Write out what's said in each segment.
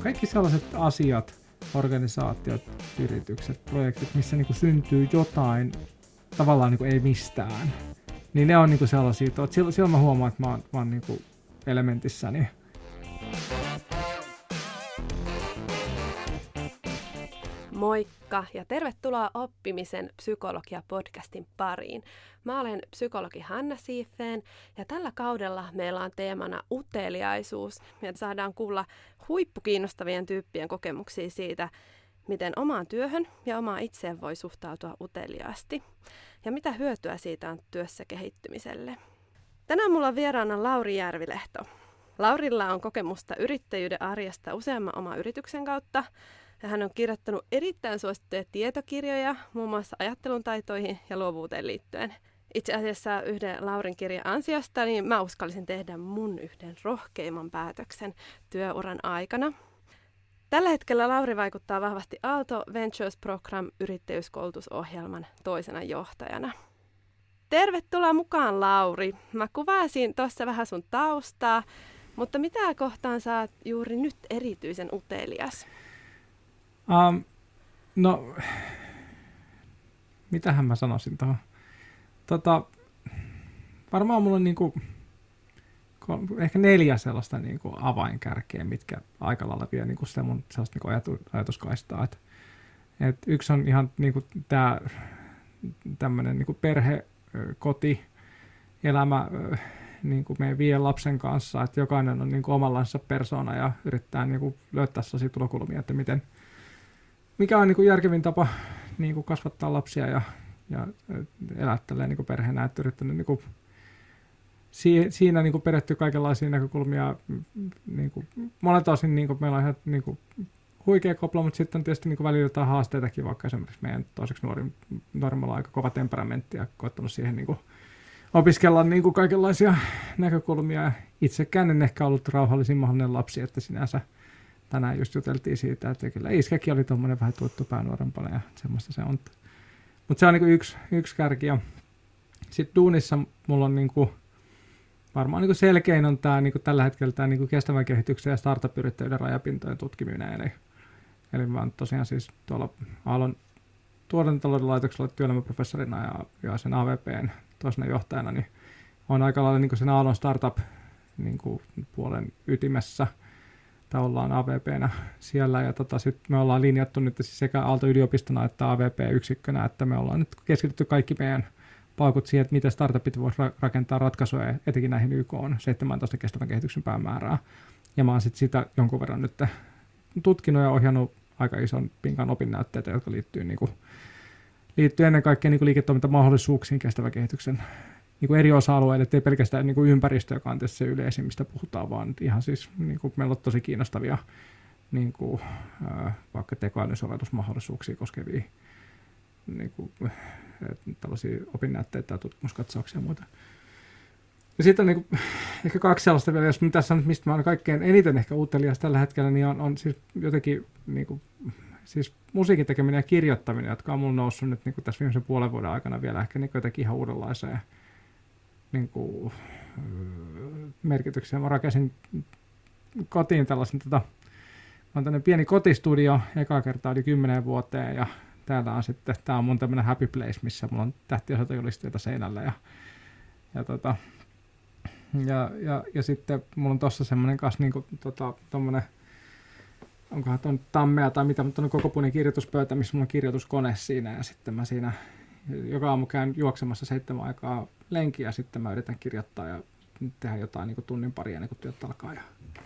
kaikki sellaiset asiat, organisaatiot, yritykset, projektit, missä niin kuin syntyy jotain tavallaan niin kuin ei mistään, niin ne on niin kuin sellaisia, että silloin mä huomaan, että mä oon niin kuin elementissäni. Moikka ja tervetuloa Oppimisen psykologia-podcastin pariin. Mä olen psykologi Hanna Siiffeen ja tällä kaudella meillä on teemana uteliaisuus. Ja saadaan kuulla huippukiinnostavien tyyppien kokemuksia siitä, miten omaan työhön ja omaan itseen voi suhtautua uteliaasti. Ja mitä hyötyä siitä on työssä kehittymiselle. Tänään mulla on vieraana Lauri Järvilehto. Laurilla on kokemusta yrittäjyyden arjesta useamman oman yrityksen kautta. Ja hän on kirjoittanut erittäin suosittuja tietokirjoja, muun muassa ajattelun taitoihin ja luovuuteen liittyen. Itse asiassa yhden Laurin kirjan ansiosta niin mä uskallisin tehdä mun yhden rohkeimman päätöksen työuran aikana. Tällä hetkellä Lauri vaikuttaa vahvasti Aalto Ventures Program yrittäjyyskoulutusohjelman toisena johtajana. Tervetuloa mukaan, Lauri. Mä kuvasin tuossa vähän sun taustaa, mutta mitä kohtaan sä oot juuri nyt erityisen utelias? No, mitähän mä sanoisin tuohon? Varmaan mulla on niinku, ehkä 4 sellaista niinku avainkärkeä, mitkä aika lailla vie niinku sitä mun sellaista niinku ajatuskaistaa. Et yksi on ihan niinku tämmöinen niinku perhe, koti, elämä niinku meidän 5 lapsen kanssa, että jokainen on niinku omanlaisessa persoona ja yrittää niinku löytää sellaisia tulokulmia, että mikä on niin kuin järkevin tapa niin kuin kasvattaa lapsia ja elää tälleen niin kuin perheenä, että yrittänyt niin kuin siinä niin kuin perehtyy kaikenlaisia näkökulmia. Niin kuin monelta osin niin kuin meillä on ihan niin kuin huikea kopla, mutta sitten on tietysti niin kuin välillä jotain haasteitakin, vaikka esimerkiksi meidän toiseksi nuorimmalla on aika kova temperamentti ja koettanut siihen niin kuin opiskella niin kuin kaikenlaisia näkökulmia. Itsekään en ehkä ollut rauhallisin mahdollinen lapsi, että sinänsä tänään just juteltiin siitä, että kyllä iskäkin oli tuommoinen vähän tuettu päänuorempana ja semmoista se on. Mutta se on niinku yksi kärki. Sitten duunissa mulla on niinku, varmaan niinku selkein on tää, niinku tällä hetkellä tämä niinku kestävän kehityksen ja startup-yrittäjyyden rajapintojen tutkiminen. Eli mä oon tosiaan siis tuolla Aallon tuotantotalouden laitoksella työelämäprofessorina ja sen AVPn toisena johtajana, niin on aika lailla niinku sen Aallon startup niinku puolen ytimessä. Ollaan AVP:nä siellä ja sitten me ollaan linjattu nyt siis sekä Aalto-yliopistona että AVP-yksikkönä, että me ollaan nyt keskitytty kaikki meidän paukut siihen, että miten startupit voisi rakentaa ratkaisuja etenkin näihin YK:n 17 kestävän kehityksen päämäärää. Ja mä oon sitten sitä jonkun verran nyt tutkinut ja ohjannut aika ison pinkan opinnäytteitä, jotka liittyy ennen kaikkea niin kuin liiketoimintamahdollisuuksiin kestävän kehityksen niin kuin eri osa-alueille, ettei pelkästään niin kuin ympäristö, joka on tietysti se yleisin, mistä puhutaan, vaan ihan siis niin kuin meillä on tosi kiinnostavia niin kuin, vaikka tekoälyn sovellusmahdollisuuksia koskevia niin kuin, tällaisia opinnäytteitä ja tutkimuskatsauksia ja muuta. Ja sitten niin kuin, ehkä 2 sellaista vielä, jos tässä on, mistä mä olen kaikkein eniten ehkä utelias tällä hetkellä, niin on siis jotenkin niin kuin, siis musiikin tekeminen ja kirjoittaminen, jotka on mulla noussut nyt niin kuin tässä viimeisen puolen vuoden aikana vielä ehkä niin jotenkin ihan uudenlaiseen niin kuin, merkityksiä. Mä rakensin kotiin tällaisen, mä oon tämmöinen pieni kotistudio, eka kertaa yli 10 vuoteen, ja täällä on sitten, tää on mun tämmöinen happy place, missä mulla on tähtiosoitejulisteita seinällä, ja sitten mulla on tossa semmoinen kanssa niinku tommonen, onkohan ton tammea tai mitä, mutta on kokopuinen kirjoituspöytä, missä mulla on kirjoituskone siinä, ja sitten mä siinä joka aamu käyn juoksemassa 7 aikaa lenkiä, ja sitten mä yritän kirjoittaa ja tehdä jotain niin kuin tunnin paria ennen kuin työt alkaa.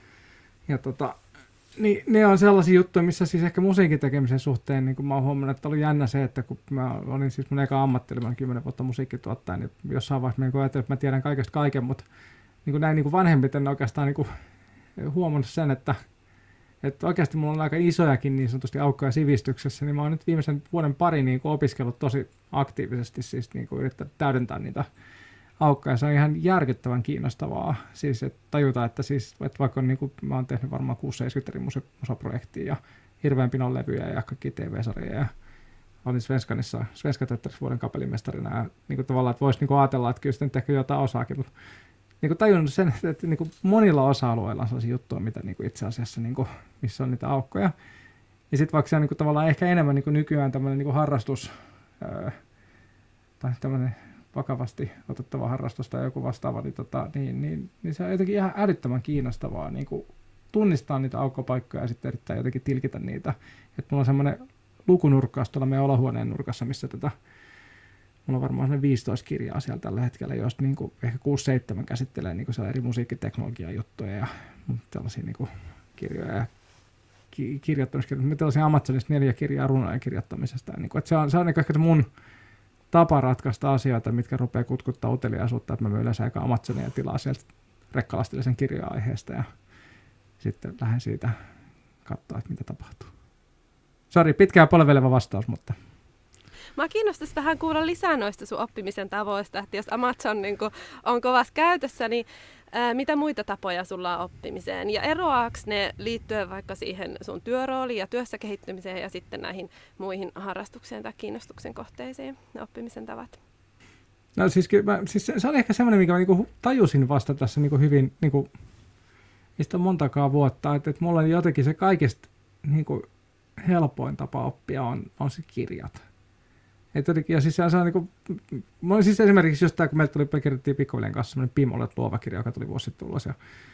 Niin ne on sellaisia juttuja, missä siis ehkä musiikin tekemisen suhteen, niin kuin mä oon huomannut, että oli jännä se, että kun mä olin siis mun eka ammatti, oli 10 vuotta musiikkituottaja, niin jossain vaiheessa mä ajattelin, että mä tiedän kaikesta kaiken, mutta niin kuin näin niin kuin vanhemmiten en oikeastaan niin kuin huomannut sen, että oikeasti mulla on aika isojakin niin sanotusti aukkoja sivistyksessä, niin mä oon nyt viimeisen vuoden pari niin kuin opiskellut tosi aktiivisesti, siis niin kuin yrittänyt täydentää niitä aukkoja. Se on ihan järkyttävän kiinnostavaa, siis että tajuta, että vaikka niin kuin, mä oon tehnyt varmaan 6-70 eri musaprojektia ja hirveän pinon levyjä ja kaikki TV-sarjoja ja olin Svenska Teatterissa vuoden kapellimestarina ja niin kuin tavallaan, että voisi niin kuin ajatella, että kyllä sitten ehkä jotain osaakin, mutta niin kuin tajunnut sen, että niin kuin monilla osa-alueilla on sellaisia juttuja, mitä niin kuin itse asiassa, niin kuin, missä on niitä aukkoja. Ja sitten vaikka se on niin kuin tavallaan ehkä enemmän niin kuin nykyään tämmöinen niin kuin harrastus, tai tämmöinen vakavasti otettava harrastus tai joku vastaava, niin se on jotenkin ihan älyttömän kiinnostavaa niin kuin tunnistaa niitä aukkopaikkoja ja sitten erittäin jotenkin tilkitä niitä. Että mulla on semmoinen lukunurkkaus tuolla meidän olohuoneen nurkassa, missä mulla on varmaan 15 kirjaa siellä tällä hetkellä, joista niin kuin ehkä 6-7 käsittelee niin kuin eri musiikkiteknologian juttuja ja tällaisia niin kuin kirjoja ja kirjoittamiskirjoja. Tällaisia Amazonista 4 kirjaa runojen kirjoittamisesta. Niin kuin, että se on ehkä se mun tapa ratkaista asioita, mitkä rupeaa kutkuttaa uteliaisuutta, että mä yleensä aika Amazonia ja tilaa sieltä rekkalastillisen kirjoja aiheesta ja sitten lähden siitä katsoa, että mitä tapahtuu. Sori, pitkään polveleva vastaus, mutta... Mä kiinnostaisi vähän kuulla lisää noista sun oppimisen tavoista, että jos Amazon niin on kovassa käytössä, niin mitä muita tapoja sulla on oppimiseen? Ja eroaako ne liittyen vaikka siihen sun työrooliin ja työssä kehittymiseen ja sitten näihin muihin harrastukseen tai kiinnostuksen kohteisiin, ne oppimisen tavat? No siis se oli ehkä semmoinen, mikä mä niinku tajusin vasta tässä niinku hyvin, niinku, mistä on montakaan vuotta, että mulla on jotenkin se kaikista niinku helpoin tapa oppia on se kirjat. Ja siis se on niinku, mä siis esimerkiksi just tämä, kun meiltä kirjoitettiin pikkuveljen kanssa semmoinen Pim Olet luova kirja, joka tuli vuosi sitten ulos.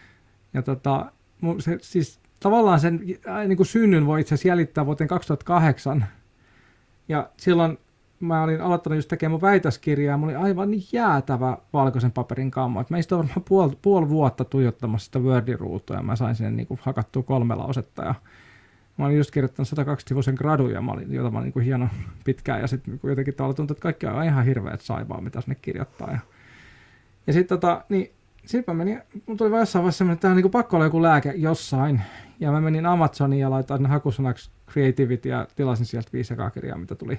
Se, siis tavallaan sen niinku synnyn voi itse asiassa jäljittää vuoteen 2008. Ja silloin mä olin aloittanut just tekemään mun väitöskirjaa, mulla oli aivan niin jäätävä valkoisen paperin kammo. Et mä istuin varmaan puoli vuotta tuijottamassa sitä Wordin ruutua, ja mä sain sinne niinku hakattua 3 lausetta. Ja mä olin just kirjoittanut 120-sivuisen gradun, jota mä olin niin hieno pitkään, ja sitten jotenkin tavalla tuntui, että kaikki on ihan hirveät saivaa, mitä sinne kirjoittaa. Ja sitten niin sitten mä menin, mulla tuli jossain vaiheessa semmoinen, että tämä on niin pakko olla joku lääke jossain, ja mä menin Amazoniin ja laitoin hakusanaksi Creativity, ja tilasin sieltä 5 kirjaa, mitä tuli.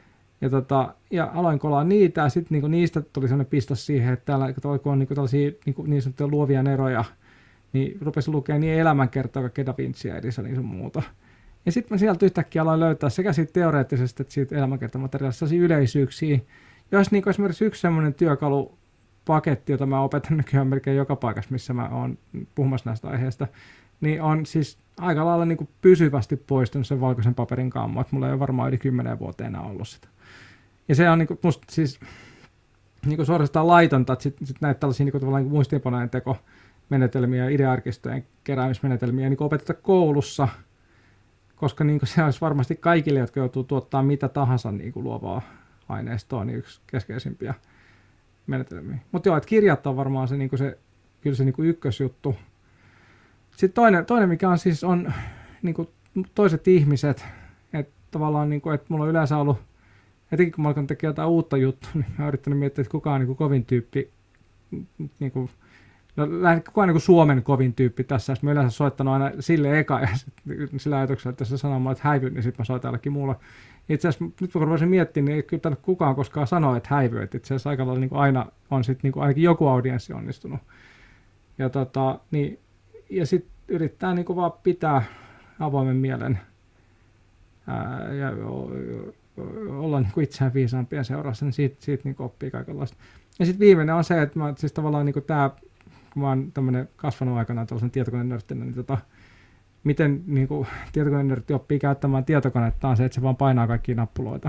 Ja aloin kolaa niitä, ja sitten niin niistä tuli semmoinen pistos siihen, että täällä kun on niin tällaisia niin sanottuja luovia neroja, niin rupesin lukemaan niin elämänkertoa, kaikkea Da Vinciä, Edisonia sun muuta. Ja sitten mä sieltä yhtäkkiä aloin löytää sekä siitä teoreettisesta että siitä elämänkertomateriaalista sellaisia yleisyyksiä, jos niin esimerkiksi yksi semmoinen työkalupaketti, jota mä opetan nykyään melkein joka paikassa, missä mä oon puhumassa näistä aiheista, niin on siis aika lailla niin pysyvästi poistunut sen valkoisen paperin kammo, että mulla ei ole varmaan yli 10 vuoteen enää ollut sitä. Ja se on niin musta siis niin suorastaan laitonta, että sit näitä tällaisia niin tavallaan muistiinpanojen tekomenetelmiä ja ideaarkistojen keräämismenetelmiä niin opeteta koulussa, koska niin se olisi varmasti kaikille, jotka joutuu tuottaa mitä tahansa niin luovaa aineistoa, niin yksi keskeisimpiä menetelmiä. Mutta joo, että kirjat on varmaan se, niin se, kyllä se niin ykkösjuttu. Sitten toinen mikä on siis on niin toiset ihmiset, että tavallaan niin kuin, että mulla on yleensä ollut, etenkin kun mä alkan tekemään jotain uutta juttua, niin mä oon yrittänyt miettiä, että kuka on niin kovin tyyppi, niin kuin, kuka on niin Suomen kovin tyyppi tässä. Mä yleensä soittanut aina sille eka ja sillä ajatuksella, että jos se sanoo että häivy, niin sitten mä soitan jollekin muulla. Itse asiassa nyt kun voisin miettiä, niin ei kyllä kukaan koskaan sanoa, että häivy. Että itse asiassa aika lailla niin aina on sitten niin ainakin joku audienssi onnistunut. Ja, niin, ja sitten yrittää niin vaan pitää avoimen mielen ja olla niin itseään viisaampia ja seuraa sen, niin siitä niin oppii kaikenlaista. Ja sitten viimeinen on se, että mä siis tavallaan niin tämä, kun mä oon tämmöinen kasvanut aikanaan tällaisen tietokonenörttinä, niin miten niin tietokonenörtti oppii käyttämään tietokonetta on se, että se vaan painaa kaikkia nappuloita.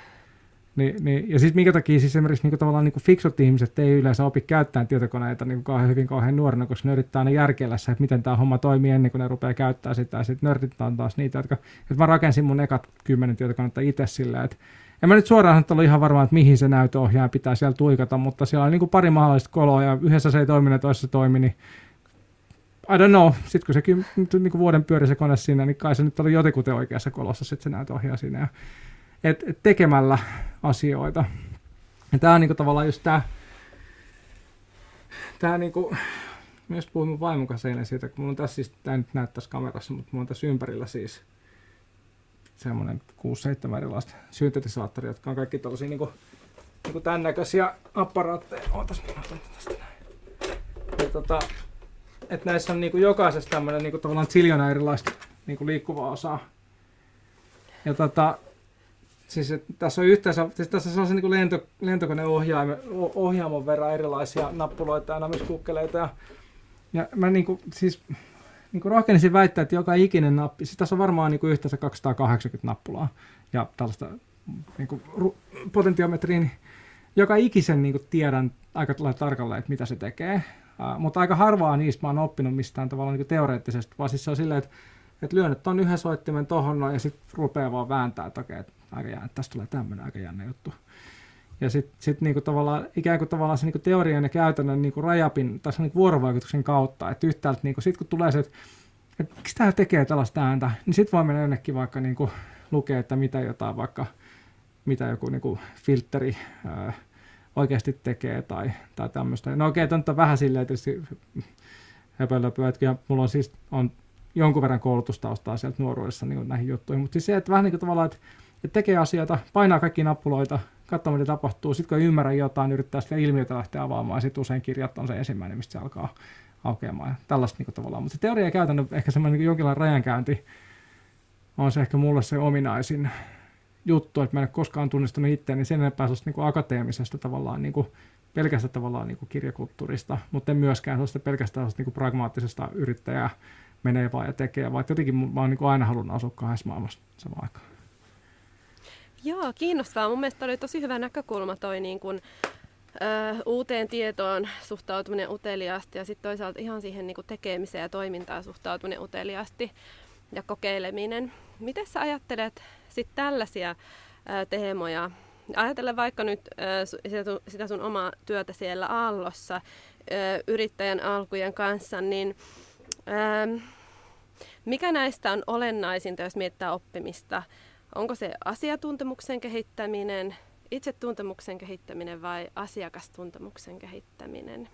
Ja siis minkä takia siis esimerkiksi niin tavallaan niin fiksut ihmiset ei yleensä opi käyttämään tietokoneita niin kauhean nuorena, koska ne yrittää aina järkeillä se, että miten tämä homma toimii ennen kuin ne rupeaa käyttämään sitä. Ja sitten nörtit on taas niitä, että mä rakensin mun ekat 10 tietokonetta itse silleen, että en mä nyt suoraan ollut ihan varma, että mihin se näytöohjaaja pitää siellä tuikata, mutta siellä on niin pari mahdollista koloa ja yhdessä se ei toimi ja toisessa toimi, niin I don't know. Sitten kun sekin niin vuoden pyöri se kone siinä, niin kai se nyt oli jotenkin oikeassa kolossa sitten se näytöohjaaja siinä. Ja tekemällä asioita. Ja tämä on niinku tavallaan just tämä niinku, myös puhuin mun vaimon kanssa eilen siitä, kun mulla on tässä siis, tämä nyt näyttäisi kamerassa, mutta mulla on tässä ympärillä siis semmoinen 6-7 erilaista syntetisaattoria, jotka on kaikki tällaisia niinku tämän näköisiä apparaatteja. Ootas, niin otan tästä näin. Että näissä on niinku jokaisessa tämmöinen niinku tavallaan ziljoona erilaista niinku liikkuvaa osaa. Ja Siis tässä on yhteensä, siis tässä on sellaisen niin lentokoneohjaamon verran erilaisia nappuloita ja namiskukkeleita. Ja mä siis rohkenisin väittää, että joka ikinen nappi, siis tässä on varmaan yhteensä 280 nappulaa ja tällaista potentiometriin, niin joka ikisen tiedän aika tarkalleen, että mitä se tekee. Mutta aika harvaa niistä mä oon oppinut mistään tavallaan teoreettisesti, vaan siis se on silleen, että lyön ton yhden soittimen tohon noin ja sitten rupeaa vaan vääntää, että okei, aika jännä, tästä tulee tämmöinen aika jännä juttu. Ja sitten tavallaan, ikään kuin tavallaan se teorian ja käytännön rajapin, tässä vuorovaikutuksen kautta, että yhtäältä sitten kun tulee se, että miksi tämä tekee tällaista ääntä, niin sitten voi mennä jonnekin vaikka lukea, että mitä joku filtteri oikeasti tekee tai tämmöistä. No okei, tämä on vähän silleen tietysti höpölöpöä, että mulla on jonkun verran koulutustaustaa sieltä nuoruudessa näihin juttuihin, mutta siis se, että vähän tavallaan, että tekee asioita, painaa kaikki nappuloita, katsoo mitä tapahtuu, sitten kun ei ymmärrä jotain, yrittää sitä ilmiötä lähteä avaamaan, ja sitten usein kirjat on se ensimmäinen, mistä se alkaa aukeamaan ja tällaista tavallaan. Mutta se teoria ja käytännön ehkä semmoinen jonkinlainen rajankäynti on se ehkä mulle se ominaisin juttu, että mä en ole koskaan tunnistanut itseäni sen enempää sellaista akateemisesta tavallaan pelkästä tavallaan kirjakulttuurista, mutta en myöskään sellaista pelkästään sellaista pragmaattisesta yrittäjää menee vaan ja tekee, vaan jotenkin mä oon aina halunnut asua kahdessa maailmassa samaan aikaan. Joo, kiinnostavaa. Mun mielestä oli tosi hyvä näkökulma toi uuteen tietoon suhtautuminen uteliaasti ja sitten toisaalta ihan siihen tekemiseen ja toimintaan suhtautuminen uteliaasti ja kokeileminen. Miten sä ajattelet sitten tällaisia teemoja? Ajatellen vaikka nyt sitä sun omaa työtä siellä Aallossa yrittäjän alkujen kanssa, niin mikä näistä on olennaisinta, jos miettää oppimista? Onko se asiantuntemuksen kehittäminen, itsetuntemuksen kehittäminen vai asiakastuntemuksen kehittäminen?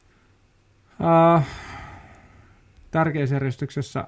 Tärkeässä järjestyksessä.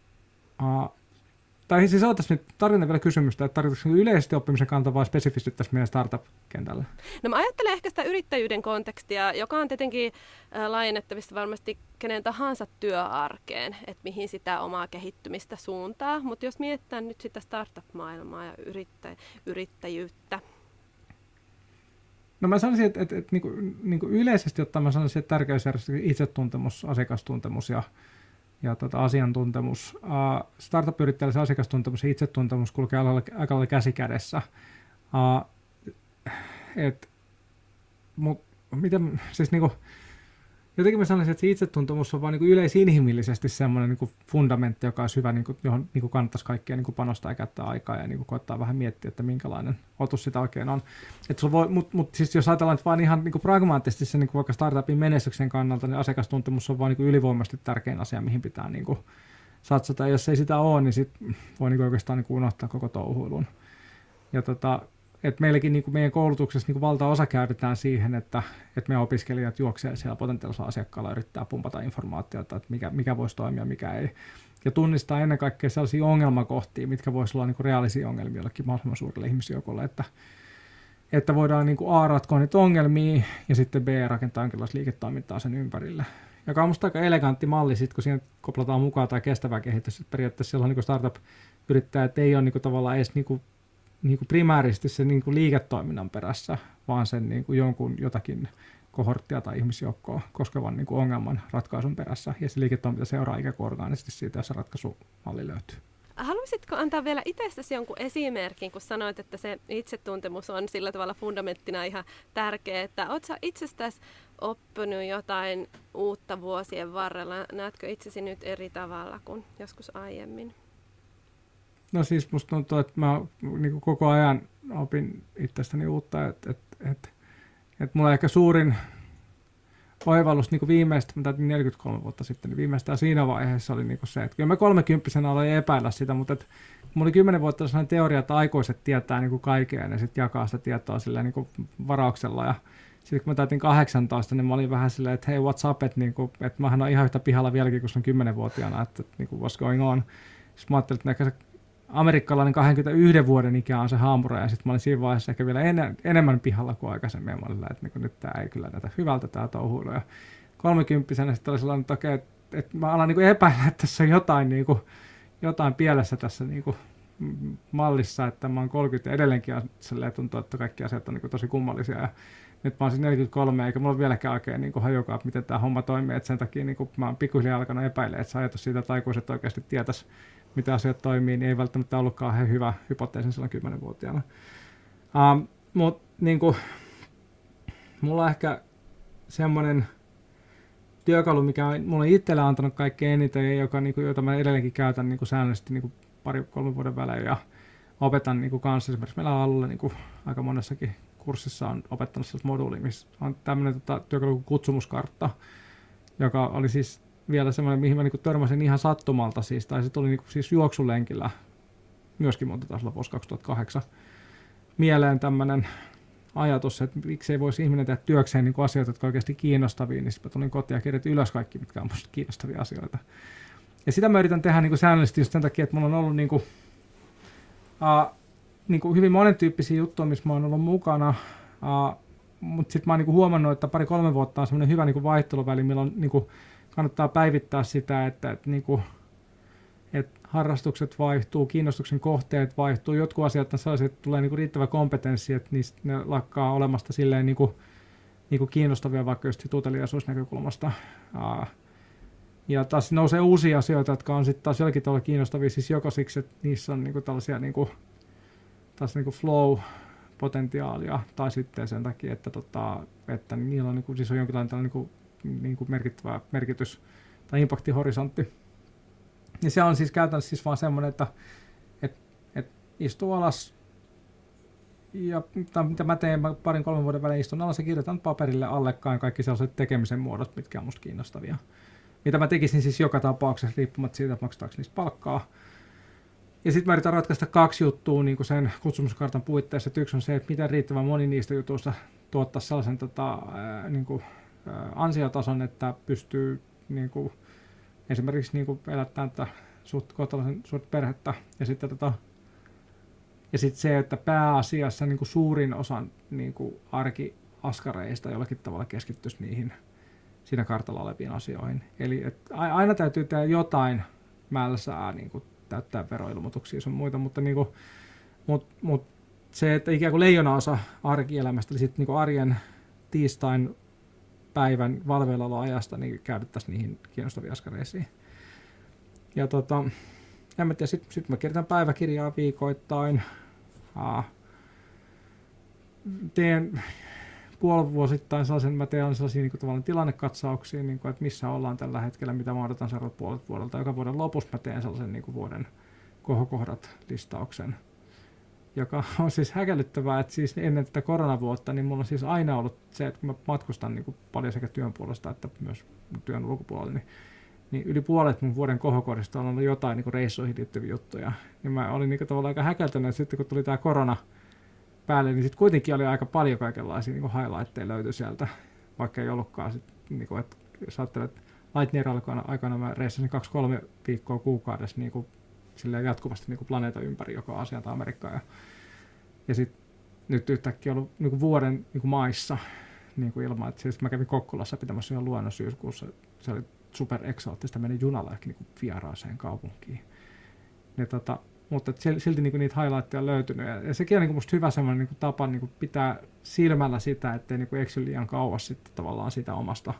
Tai siis otaisiin nyt tarjolla vielä kysymystä, että tarkoitatko yleisesti oppimisen kannalta vai spesifisti tässä meidän startup-kentällä? No mä ajattelen ehkä sitä yrittäjyyden kontekstia, joka on tietenkin laajennettavissa varmasti kenen tahansa työarkeen, että mihin sitä omaa kehittymistä suuntaa. Mutta jos mietitään nyt sitä startup-maailmaa ja yrittäjyyttä. No mä sanoisin, että yleisesti ottaen mä sanoisin, että tärkeysjärjestys itsetuntemus, asiakastuntemus ja asiantuntemus. Startup-yrittäjällä se asiakastuntemus ja itsetuntemus kulkee aika lailla käsi kädessä. Jotenkin mä sanoisin, että se itsetuntemus on vaan yleisinhimillisesti semmoinen fundamentti, joka olisi hyvä, johon kannattaisi kaikkia panostaa ja käyttää aikaa ja koettaa vähän miettiä, että minkälainen otus sitä oikein on. Mutta siis jos ajatellaan, että vaan ihan pragmaattisesti se vaikka startupin menestyksen kannalta, niin asiakastuntemus on vaan ylivoimaisesti tärkein asia, mihin pitää satsata. Ja jos ei sitä ole, niin sit voi oikeastaan unohtaa koko touhuilun. Ja että meilläkin meidän koulutuksessa valtaosa käytetään siihen, että meidän opiskelijat juoksee siellä potentiaalisella asiakkaalla yrittää pumpata informaatiota, että mikä voisi toimia, mikä ei. Ja tunnistaa ennen kaikkea sellaisia ongelmakohtia, mitkä voisi olla reaalisia ongelmia jollekin mahdollisimman suurelle ihmisjoukolle, että voidaan A ratkoa niitä ongelmia ja sitten B rakentaa jonkinlaista liiketoimintaa sen ympärille. Joka on musta aika elegantti malli, sit, kun siihen koplataan mukaan tai kestävää kehitystä. Periaatteessa silloin startup-yrittäjät ei ole tavallaan edes primäärisesti sen liiketoiminnan perässä, vaan sen jonkun jotakin kohorttia tai ihmisjoukkoa koskevan ongelman ratkaisun perässä. Ja se liiketoiminta seuraa ikään kuin orgaanisesti siitä, jos se ratkaisumalli löytyy. Haluaisitko antaa vielä itsestäsi jonkun esimerkin, kun sanoit, että se itsetuntemus on sillä tavalla fundamenttina ihan tärkeä, että oletko sä itsestäsi oppinut jotain uutta vuosien varrella? Näetkö itsesi nyt eri tavalla kuin joskus aiemmin? No siis musta tuntuu, että mä koko ajan opin itsestäni uutta, että mulla ehkä suurin oivallus viimeistä, mä täytin 43 vuotta sitten, niin viimeistään siinä vaiheessa oli se, että kyllä mä 30-vuotiaana aloin epäillä sitä, mutta että mulla oli 10 vuotta sellainen teoria, että aikuiset tietää kaikkea ja sitten jakaa sitä tietoa sillä varauksella ja sitten kun mä täytin 18, niin mä olin vähän silleen, että hei, what's up, että mähän on ihan yhtä pihalla vieläkin, kun se on 10-vuotiaana, että what's going on. Sitten mä ajattelin, että amerikkalainen 21 vuoden ikä on se haamura, ja sitten mä olin siinä vaiheessa ehkä vielä enemmän pihalla kuin aikaisemmin, ja mä olin, että nyt tää ei kyllä näytä hyvältä tää touhuilu. Ja 30-vuotiaana sitten oli sellainen, että okei, että mä alan epäillä, että tässä on jotain pielessä tässä mallissa, että mä oon 30 ja edelleenkin tuntuu, että kaikki asiat on niin kuin tosi kummallisia. Ja nyt mä oon siis 43, eikä mulla ole vieläkään oikein niin hajukaan, miten tämä homma toimii. Et sen takia niin mä oon pikkuhiljaa alkanut epäilemään, että se ajatus siitä, että aikuiset oikeasti tietäisi, miten asiat toimii, niin ei välttämättä ollutkaan hyvä hypoteesi silloin 10-vuotiaana. Mutta niin mulla on ehkä semmoinen työkalu, mikä on mulle itsellä antanut kaikkein eniten, jota mä edelleenkin käytän säännöllisesti 2-3 vuoden välein ja opetan kanssa. Esimerkiksi meillä alueella aika monessakin kurssissa on opettanut sellaista moduulia, missä on tämmöinen työkalu kuin kutsumuskartta, joka oli siis vielä semmoinen, mihin mä törmäsin ihan sattumalta, tai se tuli siis juoksulenkillä, myöskin monta taas vuosi 2008, mieleen tämmöinen ajatus, että miksei voisi ihminen tehdä työkseen asioita, jotka on oikeasti kiinnostavia, niin sitten mä tulin kotiin ja kirjoitin ylös kaikki, mitkä on musta kiinnostavia asioita. Ja sitä mä yritän tehdä säännöllisesti just sen takia, että mulla on ollut hyvin monentyyppisiä juttuja, missä mä oon ollut mukana, mutta sitten mä oon huomannut, että 2-3 vuotta on semmoinen hyvä vaihteluväli, milloin kannattaa päivittää sitä, että harrastukset vaihtuu, kiinnostuksen kohteet vaihtuu, jotkut asiat on sellaisia, että tulee riittävä kompetenssi, että niistä ne lakkaa olemasta silleen kiinnostavia vaikka just uteliaisuusnäkökulmasta. Ja taas nousee uusia asioita, jotka on sitten taas jollakin tavalla kiinnostavia, siis joko siksi, että niissä on tällaisia taas flow-potentiaalia, tai sitten sen takia, että niillä on, siis on jonkinlainen merkittävä merkitys tai impaktihorisontti. Ja se on siis käytännössä siis vaan semmoinen, että istuu alas, ja mitä mä teen, 2-3 vuoden välein istun alas ja kirjoitan paperille allekkain kaikki sellaiset tekemisen muodot, mitkä on musta kiinnostavia. Mitä mä tekisin siis joka tapauksessa, riippumatta siitä, että maksataanko niistä palkkaa. Ja sitten mä yritän ratkaista 2 juttua sen kutsumuskartan puitteissa. Yksi on se, että miten riittävän moni niistä jutuista tuottaa sellaisen ansiotason, että pystyy esimerkiksi elättämään suht perhettä. Ja sitten se, että pääasiassa suurin osa arkiaskareista jollakin tavalla keskittyisi niihin siinä kartalla oleviin asioihin. Eli aina täytyy tehdä jotain mälsää, täyttää veroilmoituksia sun muita, mutta se, että ikään kuin leijonaosa arkielämästä, eli sitten arjen tiistain päivän valveillaoloajasta niin käytettäisiin niihin kiinnostaviin askareisiin. Ja en mä tiedä, sit mä kirjoitan päiväkirjaa viikoittain. Teen puolivuosittain mä teen sellaisia tavallaan tilannekatsauksia, että missä ollaan tällä hetkellä, mitä mä odotan seuraavat puolet vuodelta. Joka vuoden lopussa mä teen sellaisen vuoden kohokohdat listauksen, joka on siis häkellyttävää, että siis ennen tätä koronavuotta, niin mulla on siis aina ollut se, että kun mä matkustan paljon sekä työn puolesta että myös työn ulkopuolella, niin yli puolet mun vuoden kohokohdista on ollut jotain reissuihin liittyviä juttuja. Niin mä olin tavallaan aika häkeltynyt, että sitten kun tuli tää korona päälle, niin sitten kuitenkin oli aika paljon kaikenlaisia highlightteja löytyi sieltä, vaikka ei ollutkaan sitten, että jos ajattelet, että Lightyear-aikana mä reissasin 2-3 viikkoa kuukaudessa silleen jatkuvasti planeetan ympäri joka asialta Amerikkaan. Ja sitten nyt yhtäkkiä ollut vuoden maissa ilman, että siis mä kävin Kokkolassa pitämässä ihan luonnon syyskuussa. Se oli super eksoottista, menin junalla ehkä vieraaseen kaupunkiin. Ja mutta silti niitä highlightteja on löytynyt. Ja sekin on musta hyvä semmoinen tapa pitää silmällä sitä, ettei eksy liian kauas sitten tavallaan sitä omasta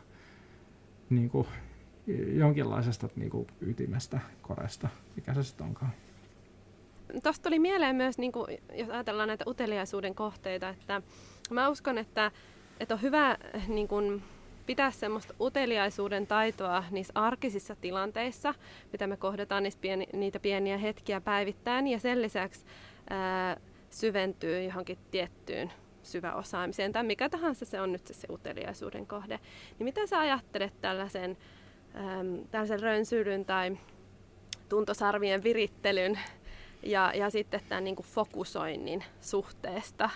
jonkinlaisesta ytimestä, koresta, mikä se sitten onkaan. Tuosta tuli mieleen myös, jos ajatellaan näitä uteliaisuuden kohteita, että mä uskon, että on hyvä pitää semmoista uteliaisuuden taitoa niissä arkisissa tilanteissa, mitä me kohdataan niitä pieniä hetkiä päivittäin, ja sen lisäksi syventyy johonkin tiettyyn syväosaamiseen, tai mikä tahansa se on nyt se uteliaisuuden kohde. Niin mitä sä ajattelet tällaisen rönsyilyn tai tuntosarvien virittelyn ja sitten tämän fokusoinnin suhteesta?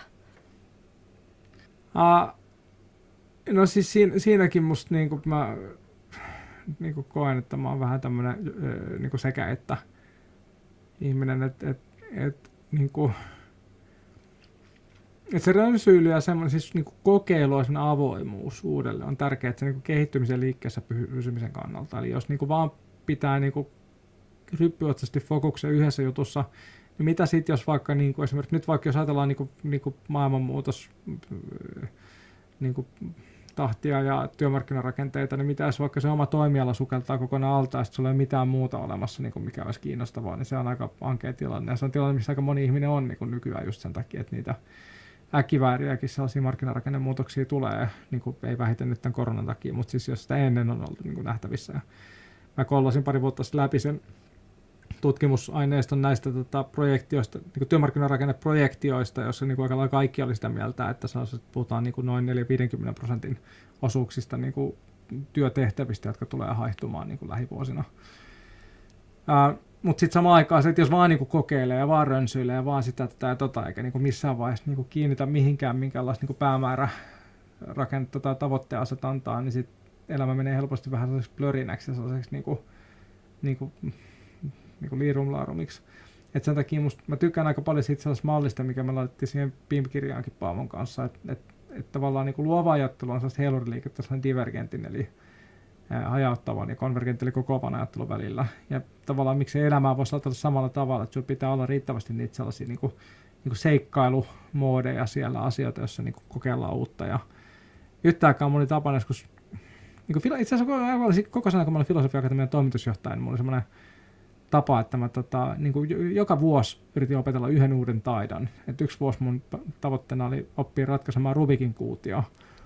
No siis siinäkin musta mä koen, että mä oon vähän tämmönen sekä että ihminen, että se rönsyily ja semmoinen siis kokeilu ja semmoinen avoimuus uudelle on tärkeää, että se kehittymisen liikkeessä pysymisen kannalta. Eli jos vaan pitää ryppyotsaisesti fokuksen yhdessä jutussa, mitä sitten, jos vaikka niin kuin esimerkiksi nyt vaikka jos ajatellaan niin kuin maailmanmuutos niin kuin tahtia ja työmarkkinarakenteita, niin mitä jos vaikka se oma toimiala sukeltaa kokonaan alta ja sitten sulla ei ole mitään muuta olemassa, niin kuin mikä olisi kiinnostavaa, niin se on aika ankea tilanne. Ja se on tilanne, missä aika moni ihminen on niin kuin nykyään just sen takia, että niitä äkkivääriäkin sellaisia markkinarakennemuutoksia tulee, niin kuin ei vähiten nyt tämän koronan takia, mutta siis jos sitä ennen on ollut niin kuin nähtävissä. Ja mä kollasin pari vuotta sitten läpi sen tutkimusaineiston näistä projektioista, niin työmarkkinarakenneprojektioista, jossa niin aika kaikki oli sitä mieltä, että puhutaan niin noin 4-50% osuuksista niin työtehtävistä, jotka tulee haihtumaan niin lähivuosina. Mutta sitten samaan aikaan, että jos vaan niin kokeilee ja vaan rönsyilee ja vaan sitä tätä eikä niin missään vaiheessa niin kiinnitä mihinkään minkäänlaista niin päämäärärakennetta tai tavoitteen asetantaa, niin sitten elämä menee helposti vähän sellaiseksi blörinäksi ja sellaiseksi niin kuin liirumlaarumiksi. Et sen takia mä tykkään aika paljon siitä sellaisesta mallista, mikä me laitettiin siihen BIM-kirjaankin Paavon kanssa, että tavallaan niin kuin luova ajattelu on sellaista heiluriliikettä, sellainen divergentin, eli hajauttavan ja konvergentin, eli kokoavan ajattelun välillä. Ja tavallaan miksei elämää voisi ajatella samalla tavalla, että sinulla pitää olla riittävästi niitä sellaisia niin kuin seikkailumoodeja siellä, asioita, joissa niin kuin kokeillaan uutta. Ja yhtäänkään moni tapana joskus, niin itse asiassa koko sen, kun mä olin Filosofia-akatemian toimitusjohtaja, niin mulla oli semmoinen tapa, että mä niin kuin joka vuosi yritin opetella yhden uuden taidon. Et yksi vuosi mun tavoitteena oli oppia ratkaisemaan Rubikin kuutio.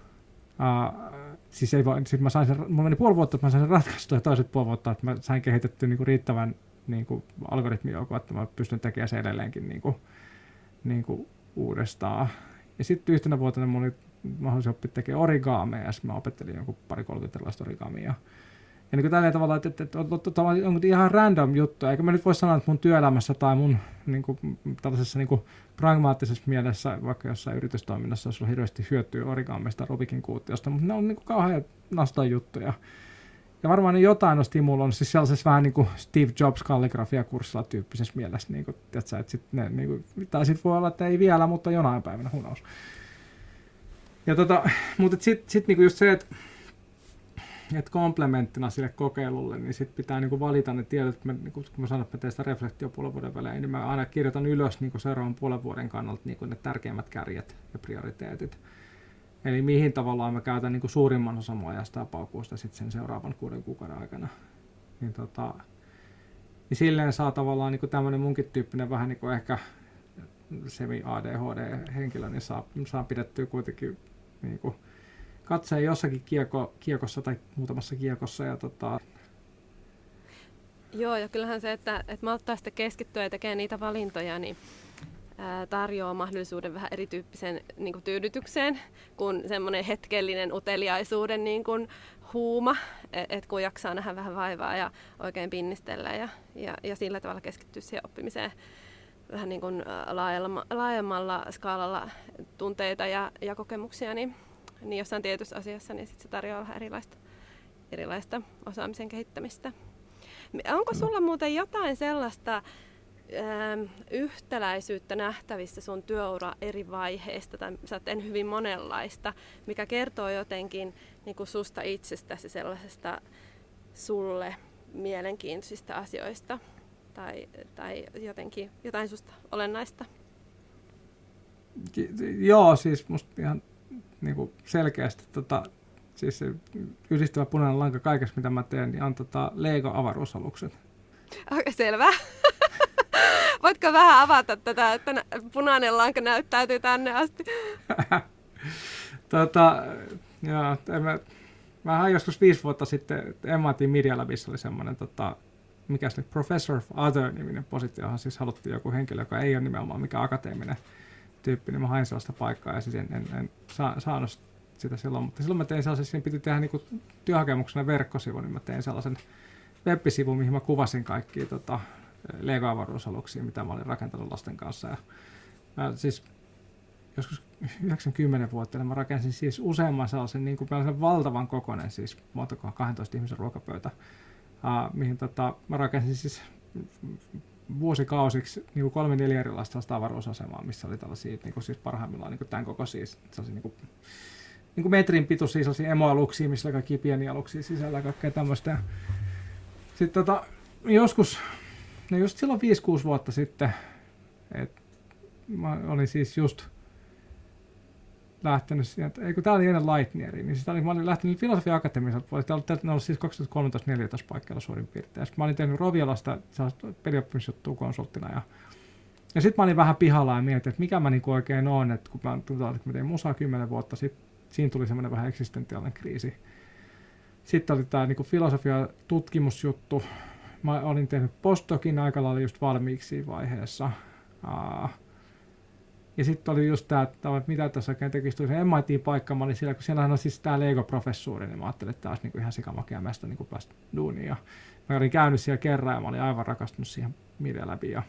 Siis mulla meni puoli vuotta, että mä sain sen ratkaistua, ja toiset puoli vuotta, että mä sain kehitettyä niin kuin riittävän niin kuin algoritmijoukon, että mä pystyn tekemään sen edelleenkin niin kuin uudestaan. Ja sitten yhtenä vuotena mulla oli mahdollisuus oppia tekemään origaamia, ja sitten mä opettelin jonkun 20-30 erilaista origaamia. Ja niin tällä tavalla, että on ihan random juttu, eikä mä nyt voi sanoa, että mun työelämässä tai mun niin kuin, tällaisessa niin kuin pragmaattisessa mielessä, vaikka jossain yritystoiminnassa, jos on hirveästi hyötyä origaamista Rubikin kuutiosta, mutta ne on niin kuin kauhean nastan juttuja. Ja varmaan jotain on stimuloinut, siis sellaisessa vähän niin kuin Steve Jobs kalligrafiakurssilla tyyppisessä mielessä, niin kuin, tiedätkö, että sit ne, niin kuin, tai sitten voi olla, että ei vielä, mutta jonain päivänä, who knows. Ja mutta sitten niin just se, että komplementtina sille kokeilulle, niin sitten pitää niinku valita ne tiedot, että niinku, kun mä sanon, että mä teen sitä reflektio puolen vuoden välein, niin mä aina kirjoitan ylös niinku seuraavan puolen vuoden kannalta niinku ne tärkeimmät kärjet ja prioriteetit. Eli mihin tavallaan mä käytän niinku suurimman osan mun ajasta ja paukuusta sitten sen seuraavan 6 kuukauden aikana. Niin, niin silleen saa tavallaan niinku tämmöinen munkin tyyppinen vähän niinku ehkä semi-ADHD-henkilö, niin saa pidettyä kuitenkin niinku katseen jossakin kiekossa tai muutamassa kiekossa. Ja Joo, ja kyllähän se, että malttaa sitten keskittyä ja tekee niitä valintoja, niin tarjoaa mahdollisuuden vähän erityyppisen niin kuin tyydytykseen kuin semmoinen hetkellinen uteliaisuuden niin kuin huuma, että kun jaksaa nähdä vähän vaivaa ja oikein pinnistellä ja sillä tavalla keskittyä siihen oppimiseen vähän niin kuin laajemmalla skaalalla tunteita ja kokemuksia, niin jossain tietyssä asiassa, niin sit se tarjoaa vähän erilaista osaamisen kehittämistä. Onko sulla muuten jotain sellaista yhtäläisyyttä nähtävissä sun työura eri vaiheista, tai sä oot tehnyt hyvin monenlaista, mikä kertoo jotenkin niin kuin susta itsestäsi sellaisesta sulle mielenkiintoisista asioista, tai jotenkin jotain susta olennaista? Joo, siis musta ihan niin kuin selkeästi siis se yhdistyvä punainen lanka kaikessa, mitä mä teen, niin on Lego-avaruusalukset. Okei, selvä. Voitko vähän avata tätä, että punainen lanka näyttäytyy tänne asti? Joo, mä joskus 5 vuotta sitten MIT Media Labissa oli semmoinen, mikä se oli, Professor of Other-niminen positio, johon siis haluttiin joku henkilö, joka ei ole nimenomaan mikään akateeminen tyyppi, niin mä hain sellaista paikkaa ja siis en saanut sitä silloin, mutta silloin mä tein sellaisen, siinä piti tehdä niinku työhakemuksena verkkosivu, niin mä tein sellaisen web-sivun, mihin mä kuvasin kaikkia Lego-avaruusaluksia, mitä mä olin rakentanut lasten kanssa. Ja mä siis joskus 90 vuotta mä rakensin siis useamman sellaisen niin kuin valtavan kokoinen, siis montakohan 12 ihmisen ruokapöytä, mihin mä rakensin siis vuosikausiksi niin 3-4 erilaista avaruusasemaa, missä oli tällaisia niin kuin siis parhaimmillaan niin kuin tämän kokoisia sellaisia niin kuin metrin pituisia sellaisia emoaluksia, missä oli kaikkia pieniä aluksia sisällä ja kaikkea tämmöistä. Sitten joskus, no just silloin 5-6 vuotta sitten, mä olin siis just lähtenyt sieltä, kun tää oli ennen Lightyeari, niin siis mä olin lähtenyt Filosofia Akatemialta, ne oli siis 2013-2014 paikkeilla suurin piirtein. Sitten mä olin tehnyt Rovialasta pelioppimisjuttua konsulttina ja sitten mä olin vähän pihalla ja mietin, että mikä mä niinku oikein oon, että kun mä tein musaa 10 vuotta, siinä tuli semmoinen vähän eksistentiaalinen kriisi. Sitten oli tää niinku filosofia-tutkimusjuttu. Mä olin tehnyt postdocin aika lailla just valmiiksi siinä vaiheessa. Ja sitten oli just tää, että mitä tässä oikein tekisi, tuli se MIT-paikka, mä olin siellä, kun siellähän on siis tää Lego-professuuri, niin mä ajattelin, että tää olisi niinku ihan sikamakea mestä niinku päästä duuniin. Ja mä olin käynyt siellä kerran ja mä olin aivan rakastunut siihen Media Labiin. Ja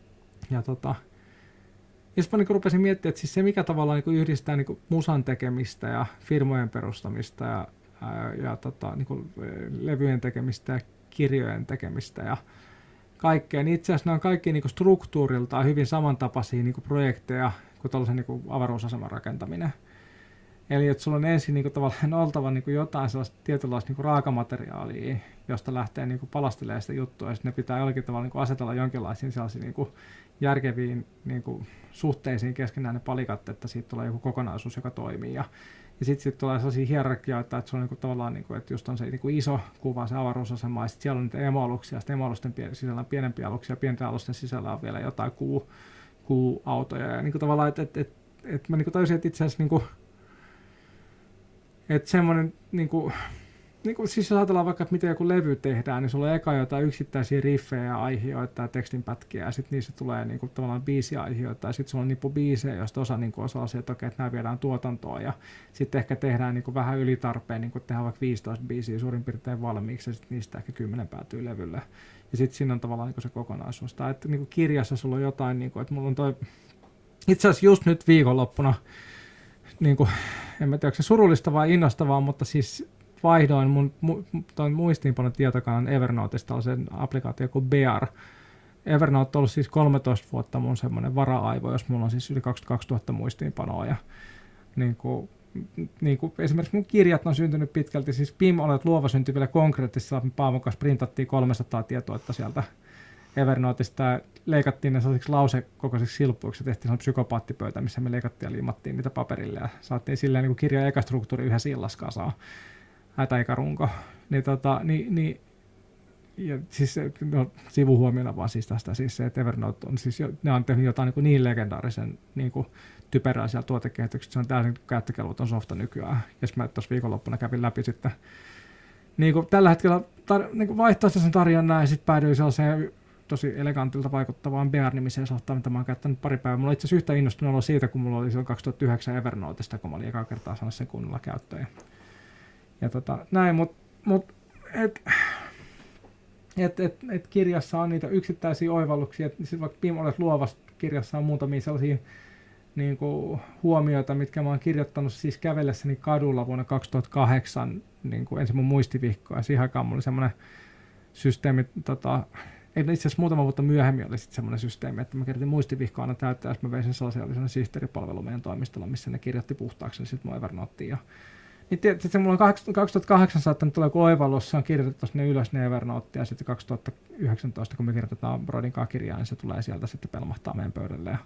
sitten mä niinku rupesin miettimään, että siis se mikä tavallaan niinku yhdistää niinku musan tekemistä ja firmojen perustamista ja niinku levyjen tekemistä ja kirjojen tekemistä ja kaikkea, niin itse asiassa ne on kaikki niinku struktuuriltaan hyvin samantapaisia niinku projekteja kuin tällaisen niinku avaruusaseman rakentaminen. Eli että sulla on ensin niinku tavallaan oltava niinku jotain sellaista tietynlaista niinku raakamateriaalia, josta lähtee niinku palastelemaan sitä juttua, ja sitten ne pitää jollakin tavalla niinku asetella jonkinlaisiin sellaisiin niinku järkeviin niinku suhteisiin keskenään ne palikat, että siitä tulee joku kokonaisuus, joka toimii. Ja sitten tulee sellaisia hierarkioita, että se on niinku tavallaan, niinku, että just on se niinku iso kuva, se avaruusasema, ja sitten siellä on niitä emoaluksia, sitten emoalusten sisällä on pienempiä aluksia, ja pienten alusten sisällä on vielä jotain kuuautoja. Ja niinku tavallaan, että mä niinku tajusin, että itse asiassa niinku, että semmoinen, siis jos ajatellaan vaikka, että miten joku levy tehdään, niin sulla on eka jotain yksittäisiä riffejä ja aihioita ja tekstinpätkiä, ja sitten niissä tulee niinku tavallaan biisiaihioita, ja sitten sulla on nippu biisejä, joista osa niinku osaa se, että okei, että nämä viedään tuotantoon, ja sitten ehkä tehdään niinku vähän ylitarpeen, niinku tehdään vaikka 15 biisiä suurin piirtein valmiiksi, ja sitten niistä ehkä 10 päätyy levylle. Ja sitten siinä on tavallaan niinku se kokonaisuus. Tai että niinku kirjassa sulla on jotain, niinku, että mulla on toi, itse asiassa just nyt viikonloppuna, niinku, en mä tiedä, onko se surullista vai innostavaa, mutta siis vaihdoin mun muistiinpanon tietokannan Evernotesta tällaisen applikaatio kuin Bear. Evernote on ollut siis 13 vuotta mun semmoinen vara-aivo, jos mulla on siis yli 22 000 muistiinpanoa. Ja niin kuin esimerkiksi mun kirjat on syntynyt pitkälti, siis PIM olet luova syntyi vielä konkreettisella, Paavon kanssa printattiin 300 tietoa sieltä Evernotesta ja leikattiin ne sellaisiksi lausekokoisiksi silppuiksi ja tehtiin sellainen psykopaattipöytä, missä me leikattiin ja liimattiin niitä paperille ja saatiin silleen niin kuin kirjan eka struktuuri yhdessä illassa kasaan. Tai eka runko. Ja siis sivuhuomiona vaan siis tästä siis se, että Evernote on siis ne on tehnyt jotain niin legendaarisen niin typerää siellä tuotekehityksestä, se on täysin käyttökelvoton softa nykyään. Ja mä tuossa viikonloppuna kävin läpi sitten niin tällä hetkellä niin vaihtoehtoisen tarjonnan ja sitten päädyin sellaiseen tosi elegantilta vaikuttavaan Bear-nimiseen softaan, mitä mä oon käyttänyt pari päivää. Mulla itse asiassa yhtä innostunut olla siitä, kun mulla oli silloin 2009 Evernotesta, kun mä olin ekaa kertaa saanut sen kunnolla käyttöön. Ja näin, mutta kirjassa on niitä yksittäisiä oivalluksia, että siis vaikka PIM olet luovasta kirjassa on muutamia sellaisia niin kuin huomioita, mitkä mä oon kirjoittanut siis kävellessäni kadulla vuonna 2008 niin kuin ensin mun muistivihkoa, ja siihen aikaan mulla oli semmoinen systeemi, itse asiassa muutama vuotta myöhemmin oli sitten semmoinen systeemi, että mä kirjoitin muistivihkoa aina täyttää, ja mä vein sen sosiaalisen sihteeripalvelu meidän toimistolla, missä ne kirjoitti puhtaaksi, niin sitten mun Evernoteen. Niin sitten mulla on 2008 saattanut tulla joku oivallus, se on kirjoitettu sinne ylös ne Evernote, ja sitten 2019, kun me kirjoitetaan Brodin kanssa kirjaa, niin se tulee sieltä sitten pelmahtaa meidän pöydälle.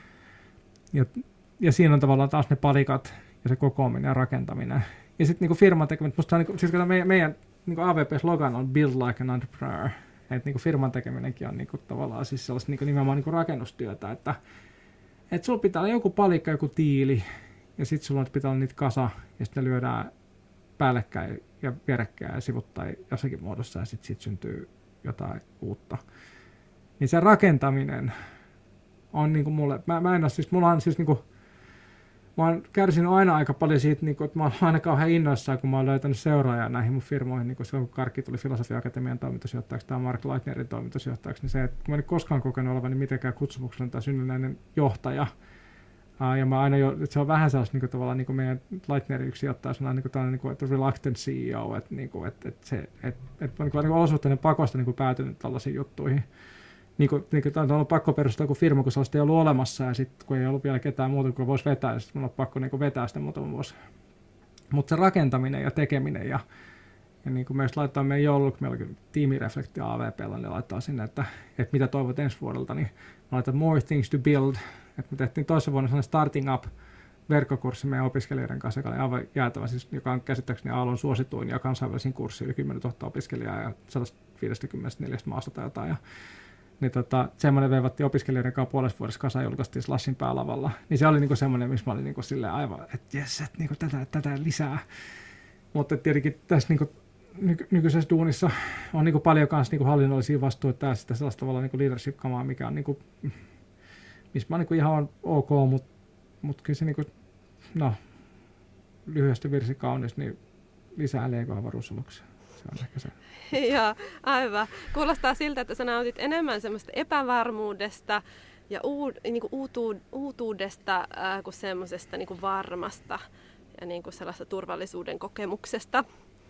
Ja siinä on tavallaan taas ne palikat ja se kokoaminen ja rakentaminen. Ja sitten niinku firman tekeminen, musta on, siis meidän niinku AVP-slogan on Build like an entrepreneur, että niinku firman tekeminenkin on niinku tavallaan siis sellaista niinku nimenomaan niinku rakennustyötä, että sulla pitää olla joku palikka, joku tiili, ja sitten sulla pitää olla niitä kasa, ja sitten ne lyödään päällekkäin ja vierekkäin ja sivuttain jossakin muodossa, ja sitten siitä syntyy jotain uutta. Niin se rakentaminen on niinku mulle, mä en ole siis, mulla on siis niinku, mä oon kärsinyt aina aika paljon siitä, niinku, että mä oon aina kauhean innoissaan, kun mä oon löytänyt seuraajaa näihin mun firmoihin, niinku silloin kun Karkki tuli Filosofia Akatemian toimitusjohtajaksi tai Mark Leitnerin toimitusjohtajaksi, niin se, että mä en koskaan kokenut olevani mitenkään kutsumuksellinen tai synnynnäinen johtaja. Ja mä aina jo, että se on vähän sellaista niin tavallaan niin meidän Leitnerin yksi ottaa sanoa niin että reluctant CEO, että mä niin olosuhteiden pakosta niin päätynyt tällaisiin juttuihin. On ollut pakko perustaa joku firma, kun sellaista ei ollut olemassa, ja sitten kun ei ollut vielä ketään muuta, kun voisi vetää, ja sitten mun on pakko niin vetää sitä muutama vuosi. Mutta se rakentaminen ja tekeminen Ja niin kuin me laittaa meidän jouluksi, meillä on tiimireflektio AVP:llä, niin laittaa sinne, että mitä toivot ensi vuodelta, niin mä laitan more things to build. Että me tehtiin toisessa vuonna sellainen starting up verkkokurssi meidän opiskelijoiden kanssa, joka oli aivan jäätävä, siis, joka on käsittääkseni Aallon suosituin ja kansainvälisin kurssi, yli 10 000 opiskelijaa ja 154 maasta tai jotain. Niin semmoinen veivattiin opiskelijoiden kanssa puolesta vuodessa kasaan, julkaistiin Slashin päälavalla. Niin se oli niinku semmoinen, missä mä olin niinku silleen aivan, että jes, että niinku tätä lisää. Mutta tietenkin tässä niinku nykyisessä duunissa on niinku paljon kanssa niinku hallinnollisia vastuita ja sitten sellaista tavalla niinku leadership-kamaa, mikä on niinku, missä mä niinku ihan ok, mutta kyllä se niinku, no, lyhyesti virsi kaunis, niin lisää Lego-avaruusaluksia. Se on ehkä se. Joo, aivan. Kuulostaa siltä, että sä nautit enemmän semmoista epävarmuudesta ja uutuudesta kuin semmoisesta niinku varmasta ja niinku sellaista turvallisuuden kokemuksesta.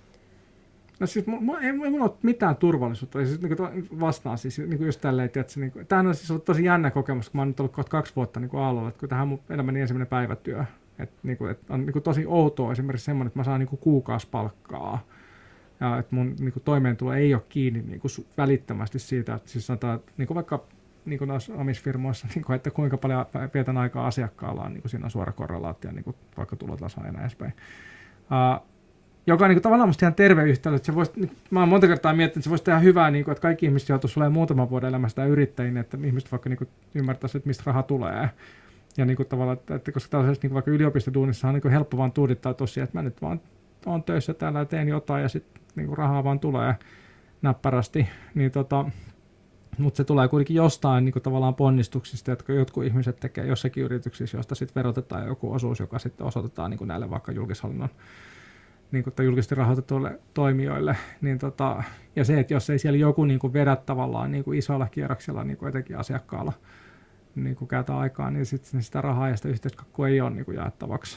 No siis ei mulla ole mitään turvallisuutta. Siis, niin vastaan siis niin just tälleen, että niin tämähän on siis ollut tosi jännä kokemus, kun mä oon nyt ollut 2 vuotta niin Aallolla, että kun tähän on mun elämäni ensimmäinen päivätyö. Että on niin tosi outoa esimerkiksi semmoinen, että mä saan niin kuukausipalkkaa. Ja että mun niin toimeentulo ei ole kiinni niin välittömästi siitä, että siis sanotaan, niin vaikka niin noissa omissa firmoissa, niin että kuinka paljon vietän aikaa asiakkaalla on, niin siinä on suora korrelaatio, niin vaikka tulotaso ja näin edespäin. Joka on niin tavallaan musta ihan terve yhtälö, että se voisi, mä oon monta kertaa miettinyt, että se voisi tehdä hyvää, niin kuin, että kaikki ihmiset joutuisi olemaan muutaman vuoden elämästä yrittäjinä, että ihmiset vaikka niin ymmärtäisivät, että mistä raha tulee. Ja niin kuin, tavallaan, että koska tällaisessa niin vaikka yliopistoduunissa on niin helppo vaan tuudittaa tosiaan, että mä nyt vaan oon töissä täällä ja teen jotain ja sitten niin rahaa vaan tulee näppärästi. Niin mutta se tulee kuitenkin jostain niin tavallaan ponnistuksista, jotka jotkut ihmiset tekee jossakin yrityksissä, josta sitten verotetaan joku osuus, joka sitten osoitetaan niin näille vaikka julkishallinnon niin kuin, julkisesti rahoitetuille toimijoille, niin ja se, että jos ei siellä joku niin kuin vedä tavallaan niin kuin isolla kierroksella niin kuin etenkin asiakkaalla niin kuin käytä aikaa, niin sitten sitä rahaa ja sitä yhteiskakkua ei ole niin kuin jaettavaksi.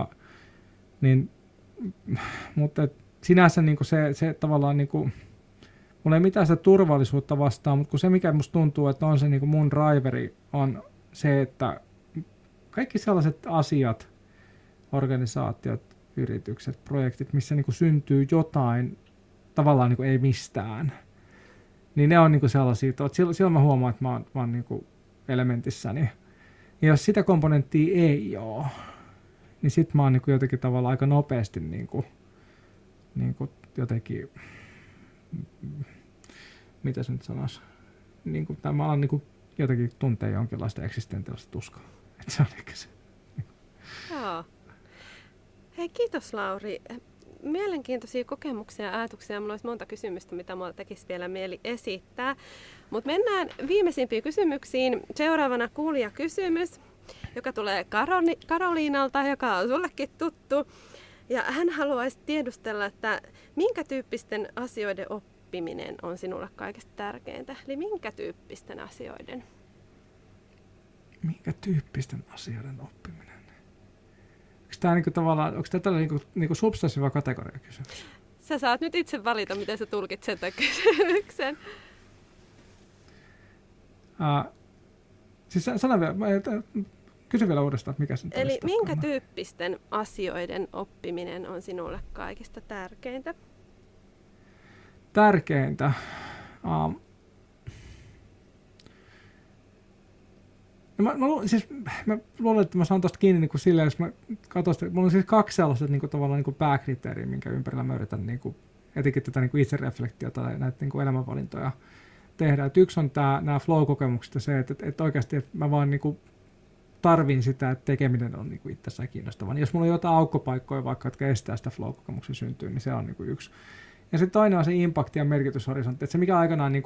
Mutta sinänsä niin kuin se tavallaan, niin kuin, mulla ei mitään sitä turvallisuutta vastaan, mutta kun se mikä musta tuntuu, että on se niin kuin mun driveri, on se, että kaikki sellaiset asiat, organisaatiot, yritykset, projektit, missä niin kuin syntyy jotain tavallaan niin kuin ei mistään, niin ne on niin kuin sellaisia, että silloin mä huomaan, että mä oon niin kuin elementissäni. Ja jos sitä komponenttia ei ole, niin sit mä oon niin kuin jotenkin tavallaan aika nopeasti niin kuin jotenkin, mitä se nyt sanoisi, niin kuin, mä alan niin kuin jotenkin tuntea jonkinlaista eksistentiaalista tuskaa. Että se on ehkä se. Joo. Hei, kiitos Lauri. Mielenkiintoisia kokemuksia ja ajatuksia. Minulla olisi monta kysymystä, mitä minulla tekisi vielä mieli esittää. Mutta mennään viimeisimpiin kysymyksiin. Seuraavana kuulijakysymys, joka tulee Karoliinalta, joka on sullekin tuttu. Ja hän haluaisi tiedustella, että minkä tyyppisten asioiden oppiminen on sinulle kaikista tärkeintä? Eli minkä tyyppisten asioiden? Minkä tyyppisten asioiden oppiminen? Onko tämä tällainen niinku substanssiva kategoria kysymys? Sä saat nyt itse valita, miten sä tulkitset tämän kysymyksen. Siis kysy vielä uudestaan, että mikä se Eli minkä tyyppisten asioiden oppiminen on sinulle kaikista tärkeintä? Tärkeintä? Mä luulen, että mä saan tuosta kiinni niin silleen, jos mä katson sitä, mulla on siis 2 sellaista niin tavallaan niin pääkriteeriä, minkä ympärillä mä yritän niin etenkin tätä niin itsereflektiota tai näitä niin elämänvalintoja tehdä. Et yksi on nämä flow-kokemukset ja se, että oikeasti että mä vaan niin tarvin sitä, että tekeminen on niin itsessään kiinnostavaa. Niin jos mulla on jotain aukkopaikkoja vaikka, jotka estää sitä flow-kokemuksen syntyä, niin se on niin yksi. Ja sitten toinen on se impact ja merkityshorisontti, että se mikä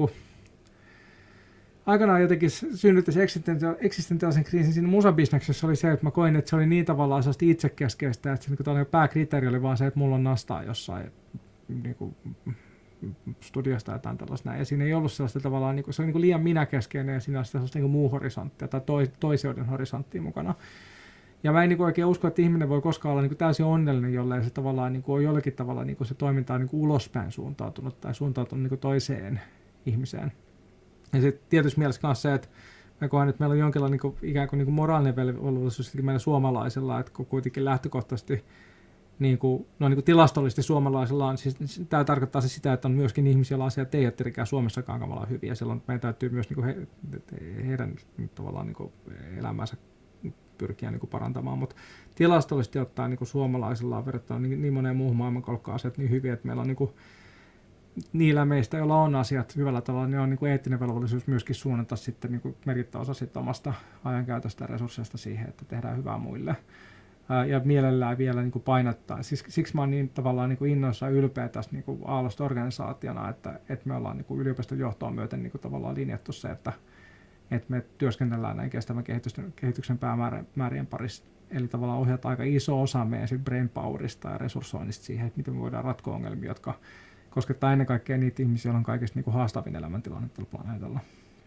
aikanaan jotenkin synnytti se eksistentiaalisen kriisin siinä musabisneksessä oli se, että mä koin, että se oli niin tavallaan sellaista itsekeskeistä, että se niin pääkriteeri oli vaan se, että mulla on nastaa jossain niin kuin, studiosta jotain tällaista näin. Ja siinä ei ollut sellaista tavallaan, niin kuin, se oli niin kuin liian minäkeskeinen ja siinä oli sellaista niin kuin muu horisonttia tai toiseuden horisonttia mukana. Ja mä en niin kuin oikein usko, että ihminen voi koskaan olla niin kuin täysin onnellinen, jollei se tavallaan niin kuin, on jollakin tavalla niin kuin se toiminta on niin kuin ulospäin suuntautunut tai suuntautunut niin kuin toiseen ihmiseen. Ja sitten tietysti mielessä myös se, että mä koen, että meillä on jonkinlainen niin ikään kuin moraalinen velvollisuus meillä suomalaisilla, että kun kuitenkin lähtökohtaisesti niin kuin tilastollisesti suomalaisilla on, siis tämä tarkoittaa siis sitä, että on myöskin ihmisiä, joilla asiat ei ole tietenkään Suomessakaan kamalan hyviä. Silloin meidän täytyy myös niin kuin heidän tavallaan niin kuin elämänsä pyrkiä niin kuin parantamaan, mutta tilastollisesti ottaen niin kuin suomalaisilla on verrattuna niin moneen muuhun maailmankolkkaan asiat niin hyviä, että meillä on niin kuin niillä meistä, joilla on asiat hyvällä tavalla, niin on niin kuin eettinen velvollisuus myöskin suunnata sitten niin kuin merkittävä osa sitten omasta ajankäytöstä ja resursseista siihen, että tehdään hyvää muille. Ja mielellään vielä niin kuin painottaa. Siksi mä oon niin tavallaan niin kuin innoissaan ylpeä tästä niin kuin Aallosta organisaationa, että me ollaan niin kuin yliopiston johtoa myöten niin kuin tavallaan linjattu se, että me työskennellään näin kestävän kehityksen päämäärien parissa. Eli tavallaan ohjataan aika iso osa meidän brain powerista ja resurssoinnista siihen, että miten me voidaan ratkoa ongelmia, jotka koskettaa ennen kaikkea niitä ihmisiä, joilla on kaikista niin kuin haastavin elämäntilanne tällä planeetalla.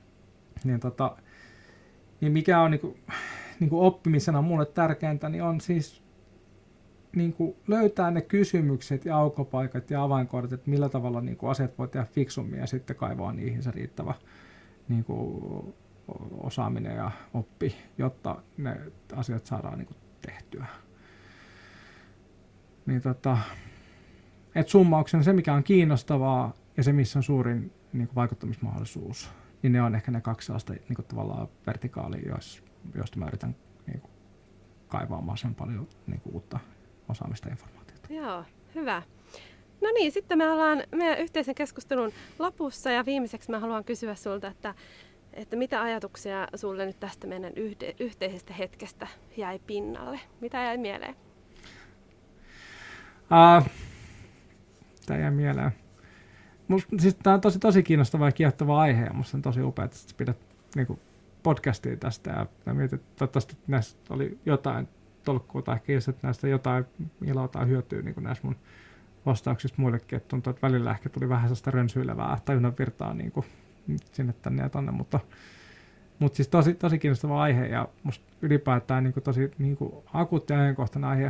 Niin mikä on niin kuin oppimisena mulle tärkeintä, niin on siis niin kuin löytää ne kysymykset ja aukopaikat ja avainkortit, että millä tavalla niin kuin asiat voi tehdä fiksummin ja sitten kaivaa niihin se riittävä niin kuin osaaminen ja oppi, jotta ne asiat saadaan niin kuin tehtyä. Niin et summauksena se, mikä on kiinnostavaa ja se, missä on suurin niin kuin vaikuttamismahdollisuus, niin ne on ehkä ne kaksi sellaista niin kuin tavallaan vertikaalia, josta mä yritän niin kuin kaivaamaan sen paljon niin kuin uutta osaamista ja informaatiota. Joo, hyvä. No niin, sitten me ollaan meidän yhteisen keskustelun lopussa ja viimeiseksi mä haluan kysyä sulta, että mitä ajatuksia sulle nyt tästä meidän yhteisestä hetkestä jäi pinnalle? Mitä jäi mieleen? Tämä jäi mieleen. Siis tämä on tosi kiinnostava ja kiehtova aihe ja musta on tosi upea, että pidät niin kuin podcastia tästä ja mä mietin, että toivottavasti näistä oli jotain tolkkua tai ehkä just, että näistä jotain iloa tai hyötyä niin kuin näissä mun vastauksista muillekin, että tuntuu, että välillä ehkä tuli vähän sellaista rönsyilevää tajunnan virtaa niin kuin sinne tänne ja tonne, mutta siis tosi kiinnostava aihe ja musta ylipäätään niin kuin tosi niin kuin akuutti ja ajankohtainen aihe,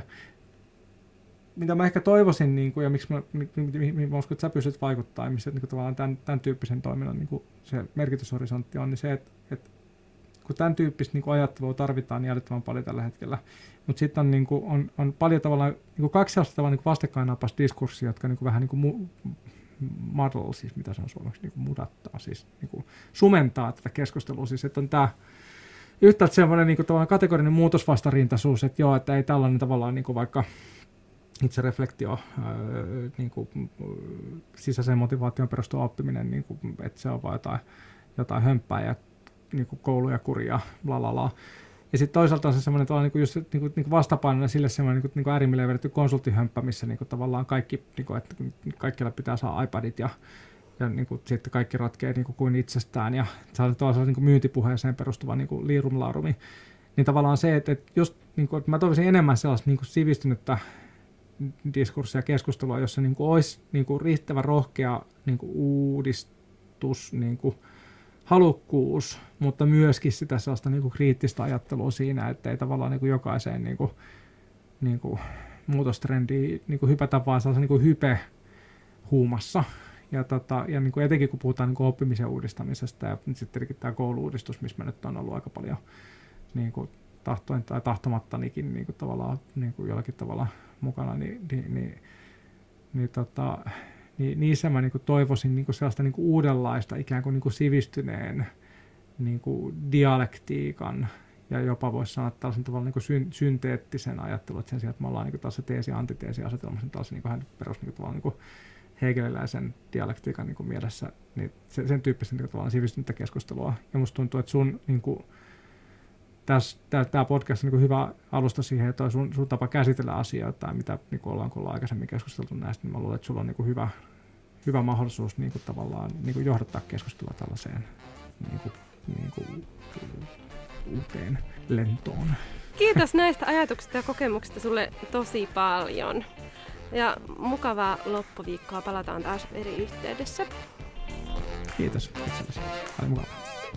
mitä mä ehkä toivoisin, niin kuin, ja mihin mä uskon, että sä pystyt vaikuttaa, ja missä niin tavallaan tämän tyyppisen toiminnan niin kuin se merkityshorisontti on, niin se, että kun tämän tyyppistä niin kuin ajattelua tarvitaan niin älyttömän paljon tällä hetkellä, mutta sitten on, niin kuin, on paljon tavallaan niin kuin kaksi sellaista niin vastakkainapaista diskurssia, jotka niin kuin vähän niin kuin muddle, siis mitä se on suomeksi, niin kuin mudattaa, siis niin kuin sumentaa tätä keskustelua, siis että on tämä yhtäältä semmoinen niin kuin tavallaan kategorinen muutosvastarintaisuus, että joo, että ei tällainen tavallaan niin kuin vaikka itse reflektio, niin kuin sisäiseen motivaation perustuva oppiminen, niin kuin, että se on vaan jotain hömppää ja niin kuin kouluja kuria, bla. Ja sitten toisaalta on se semmoinen niin kuin vastapainona sille semmoinen niin kuin äärimmilleen vedetty konsulttihömppä, missä niin kuin tavallaan kaikki, niin kuin, että kaikilla pitää saada iPadit ja niin kuin, sitten kaikki ratkee niin kuin itsestään ja se on toisaalta niin kuin myyntipuheeseen perustuva niin kuin liirumlaarumi. Niin tavallaan se, että just, niin kuin, että mä toivoisin enemmän sellaista niin kuin sivistynyttä diskurssia ja keskustelua, jossa niin kuin olisi niin kuin riittävän rohkea niin kuin uudistus, niin kuin halukkuus, mutta myöskin sitä sellaista niin kuin kriittistä ajattelua siinä, että ei tavallaan niin kuin jokaiseen niin kuin muutostrendiin niin kuin hypätä vaan sellaisen niin kuin hype-huumassa. Ja niin kuin etenkin kun puhutaan niin kuin oppimisen uudistamisesta ja sitten tämä koulu-uudistus, missä mä nyt on ollut aika paljon niin kuin tahtoen tai tahtomattanikin niin kuin tavallaan niin kuin jollakin tavalla mukana, niissä mä niin kuin toivoisin niin kuin sellaista niin kuin uudenlaista ikään kuin sivistyneen niin kuin dialektiikan ja jopa voisi sanoa tällaisen tavalla niin kuin synteettisen ajattelun, että sen sijaan, että me ollaan niin kuin taas se teesi- ja antiteesi asetelmassa, niin taas niin kuin perus niin kuin, niin kuin hegeliläisen dialektiikan niin kuin mielessä, niin sen tyyppistä niin kuin tavallaan sivistynyttä keskustelua. Ja musta tuntuu, että sun niin kuin tämä podcast on niin hyvä alusta siihen, että sun tapa käsitellä asioita, mitä niin kun ollaan aikaisemmin keskusteltu näistä, niin mä luulen, että sulla on niin hyvä mahdollisuus niin tavallaan niin johdattaa keskustelua tällaiseen niin uuteen lentoon. Kiitos näistä ajatuksista ja kokemuksista sulle tosi paljon. Ja mukavaa loppuviikkoa. Palataan taas eri yhteydessä. Kiitos. Oli mukavaa.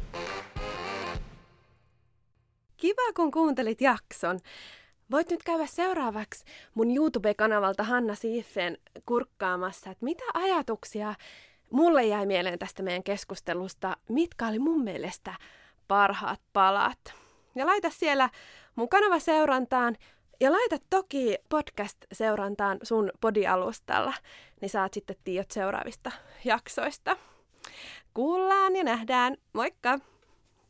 Kiva, kun kuuntelit jakson. Voit nyt käydä seuraavaksi mun YouTube-kanavalta Hanna Siifen kurkkaamassa, että mitä ajatuksia mulle jäi mieleen tästä meidän keskustelusta, mitkä oli mun mielestä parhaat palat. Ja laita siellä mun kanava seurantaan Ja laita toki podcast-seurantaan sun podialustalla, niin saat sitten tiedot seuraavista jaksoista. Kuullaan ja nähdään. Moikka!